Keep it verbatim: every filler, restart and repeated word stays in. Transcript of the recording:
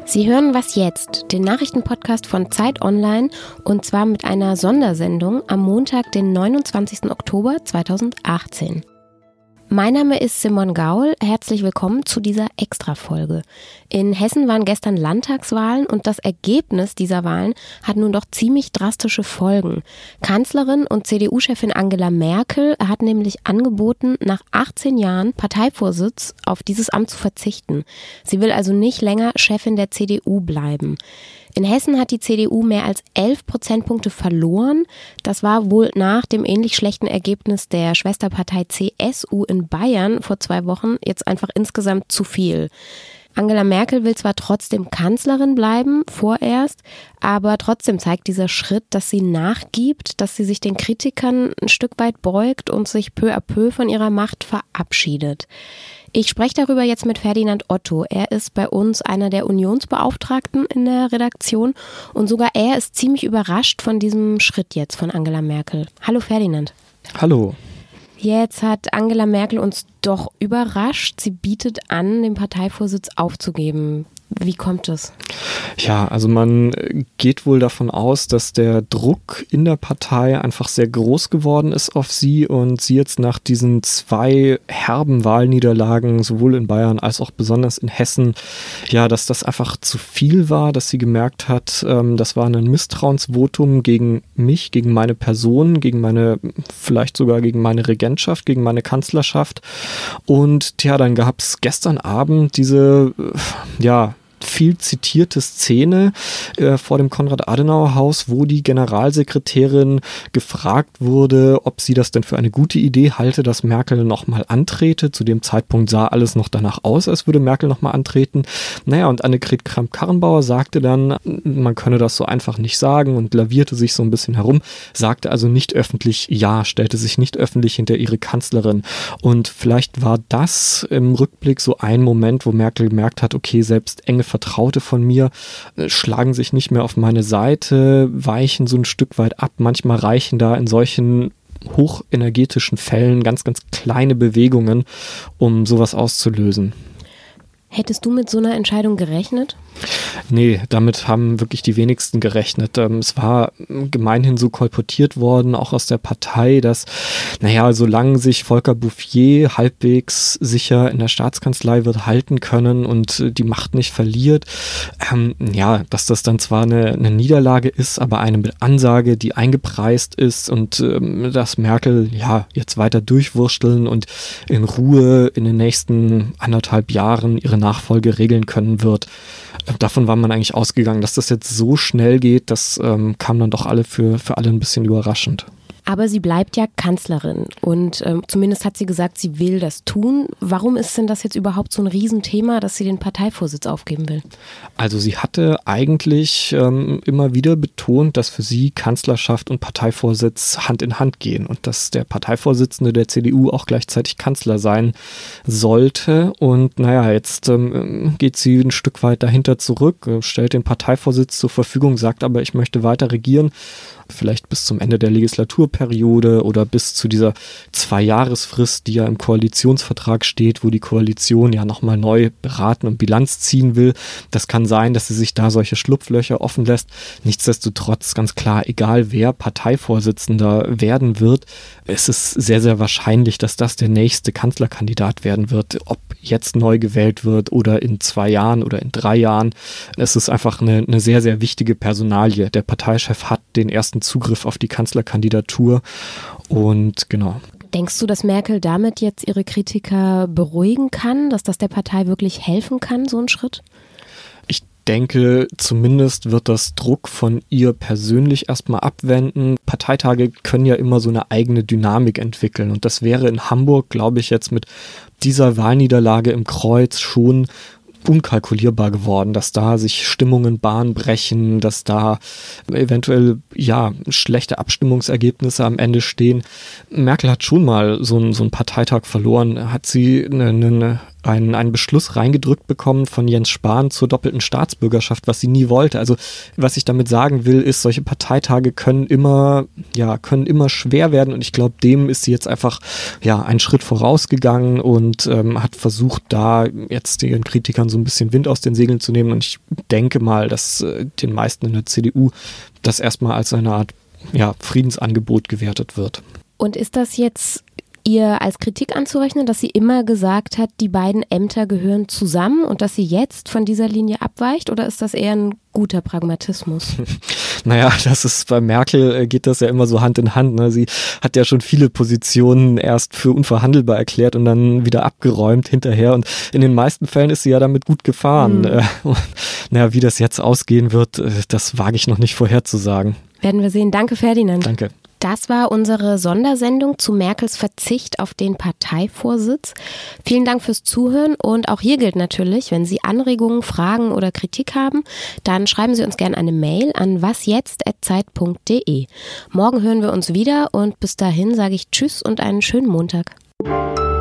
Sie hören Was jetzt, den Nachrichtenpodcast von Zeit Online und zwar mit einer Sondersendung am Montag, den neunundzwanzigsten Oktober zweitausendachtzehn. Mein Name ist Simon Gaul, herzlich willkommen zu dieser Extra-Folge. In Hessen waren gestern Landtagswahlen und das Ergebnis dieser Wahlen hat nun doch ziemlich drastische Folgen. Kanzlerin und C D U-Chefin Angela Merkel hat nämlich angeboten, nach achtzehn Jahren Parteivorsitz auf dieses Amt zu verzichten. Sie will also nicht länger Chefin der C D U bleiben. In Hessen hat die C D U mehr als elf Prozentpunkte verloren. Das war wohl nach dem ähnlich schlechten Ergebnis der Schwesterpartei C S U in Bayern vor zwei Wochen jetzt einfach insgesamt zu viel. Angela Merkel will zwar trotzdem Kanzlerin bleiben, vorerst, aber trotzdem zeigt dieser Schritt, dass sie nachgibt, dass sie sich den Kritikern ein Stück weit beugt und sich peu à peu von ihrer Macht verabschiedet. Ich spreche darüber jetzt mit Ferdinand Otto. Er ist bei uns einer der Unionsbeauftragten in der Redaktion und sogar er ist ziemlich überrascht von diesem Schritt jetzt von Angela Merkel. Hallo Ferdinand. Hallo. Jetzt hat Angela Merkel uns doch überrascht. Sie bietet an, den Parteivorsitz aufzugeben. Wie kommt es? Ja, also man geht wohl davon aus, dass der Druck in der Partei einfach sehr groß geworden ist auf sie und sie jetzt nach diesen zwei herben Wahlniederlagen, sowohl in Bayern als auch besonders in Hessen, ja, dass das einfach zu viel war, dass sie gemerkt hat, ähm, das war ein Misstrauensvotum gegen mich, gegen meine Person, gegen meine, vielleicht sogar gegen meine Regentschaft, gegen meine Kanzlerschaft. Und ja, dann gab es gestern Abend diese, ja, viel zitierte Szene äh, vor dem Konrad-Adenauer-Haus, wo die Generalsekretärin gefragt wurde, ob sie das denn für eine gute Idee halte, dass Merkel nochmal antrete. Zu dem Zeitpunkt sah alles noch danach aus, als würde Merkel nochmal antreten. Naja, und Annegret Kramp-Karrenbauer sagte dann, man könne das so einfach nicht sagen und lavierte sich so ein bisschen herum, sagte also nicht öffentlich ja, stellte sich nicht öffentlich hinter ihre Kanzlerin. Und vielleicht war das im Rückblick so ein Moment, wo Merkel gemerkt hat, okay, selbst enge Vertraute von mir schlagen sich nicht mehr auf meine Seite, weichen so ein Stück weit ab. Manchmal reichen da in solchen hochenergetischen Fällen ganz, ganz kleine Bewegungen, um sowas auszulösen. Hättest du mit so einer Entscheidung gerechnet? Nee, damit haben wirklich die wenigsten gerechnet. Es war gemeinhin so kolportiert worden, auch aus der Partei, dass, naja, solange sich Volker Bouffier halbwegs sicher in der Staatskanzlei wird halten können und die Macht nicht verliert, ähm, ja, dass das dann zwar eine, eine Niederlage ist, aber eine Ansage, die eingepreist ist und ähm, dass Merkel ja jetzt weiter durchwursteln und in Ruhe in den nächsten anderthalb Jahren ihre Nachfolge regeln können wird. Davon war man eigentlich ausgegangen, dass das jetzt so schnell geht, das ähm, kam dann doch alle für, für alle ein bisschen überraschend. Aber sie bleibt ja Kanzlerin und ähm, zumindest hat sie gesagt, sie will das tun. Warum ist denn das jetzt überhaupt so ein Riesenthema, dass sie den Parteivorsitz aufgeben will? Also sie hatte eigentlich ähm, immer wieder betont, dass für sie Kanzlerschaft und Parteivorsitz Hand in Hand gehen und dass der Parteivorsitzende der C D U auch gleichzeitig Kanzler sein sollte. Und naja, jetzt ähm, geht sie ein Stück weit dahinter zurück, stellt den Parteivorsitz zur Verfügung, sagt aber, ich möchte weiter regieren. Vielleicht bis zum Ende der Legislaturperiode oder bis zu dieser Zwei-Jahres-Frist, die ja im Koalitionsvertrag steht, wo die Koalition ja nochmal neu beraten und Bilanz ziehen will. Das kann sein, dass sie sich da solche Schlupflöcher offen lässt. Nichtsdestotrotz ganz klar, egal wer Parteivorsitzender werden wird, es ist sehr, sehr wahrscheinlich, dass das der nächste Kanzlerkandidat werden wird. Ob jetzt neu gewählt wird oder in zwei Jahren oder in drei Jahren. Es ist einfach eine, eine sehr, sehr wichtige Personalie. Der Parteichef hat den ersten Zugriff auf die Kanzlerkandidatur und genau. Denkst du, dass Merkel damit jetzt ihre Kritiker beruhigen kann, dass das der Partei wirklich helfen kann, so ein Schritt? Ich denke, zumindest wird das Druck von ihr persönlich erstmal abwenden. Parteitage können ja immer so eine eigene Dynamik entwickeln und das wäre in Hamburg, glaube ich, jetzt mit dieser Wahlniederlage im Kreuz schon unkalkulierbar geworden, dass da sich Stimmungen Bahn brechen, dass da eventuell ja schlechte Abstimmungsergebnisse am Ende stehen. Merkel hat schon mal so einen, so einen Parteitag verloren, hat sie eine, eine einen, einen Beschluss reingedrückt bekommen von Jens Spahn zur doppelten Staatsbürgerschaft, was sie nie wollte. Also was ich damit sagen will, ist, solche Parteitage können immer, ja, können immer schwer werden und ich glaube, dem ist sie jetzt einfach ja einen Schritt vorausgegangen und ähm, hat versucht, da jetzt ihren Kritikern so ein bisschen Wind aus den Segeln zu nehmen und ich denke mal, dass äh, den meisten in der C D U das erstmal als eine Art ja, Friedensangebot gewertet wird. Und ist das jetzt ihr als Kritik anzurechnen, dass sie immer gesagt hat, die beiden Ämter gehören zusammen und dass sie jetzt von dieser Linie abweicht oder ist das eher ein guter Pragmatismus? Naja, das ist bei Merkel geht das ja immer so Hand in Hand. Ne? Sie hat ja schon viele Positionen erst für unverhandelbar erklärt und dann wieder abgeräumt hinterher und in den meisten Fällen ist sie ja damit gut gefahren. Mhm. Und, naja, wie das jetzt ausgehen wird, das wage ich noch nicht vorherzusagen. Werden wir sehen. Danke, Ferdinand. Danke. Das war unsere Sondersendung zu Merkels Verzicht auf den Parteivorsitz. Vielen Dank fürs Zuhören und auch hier gilt natürlich, wenn Sie Anregungen, Fragen oder Kritik haben, dann schreiben Sie uns gerne eine Mail an wasjetzt at zeit punkt de. Morgen hören wir uns wieder und bis dahin sage ich Tschüss und einen schönen Montag.